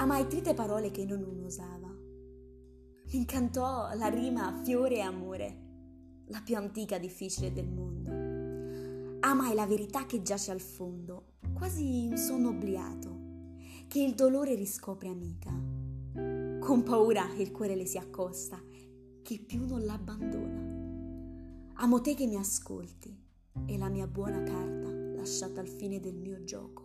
Amai trite parole che non uno usava. Mi incantò la rima fiore e amore, la più antica e difficile del mondo. Amai la verità che giace al fondo, quasi un sonno obliato, che il dolore riscopre amica. Con paura il cuore le si accosta, che più non l'abbandona. Amo te che mi ascolti e la mia buona carta lasciata al fine del mio gioco.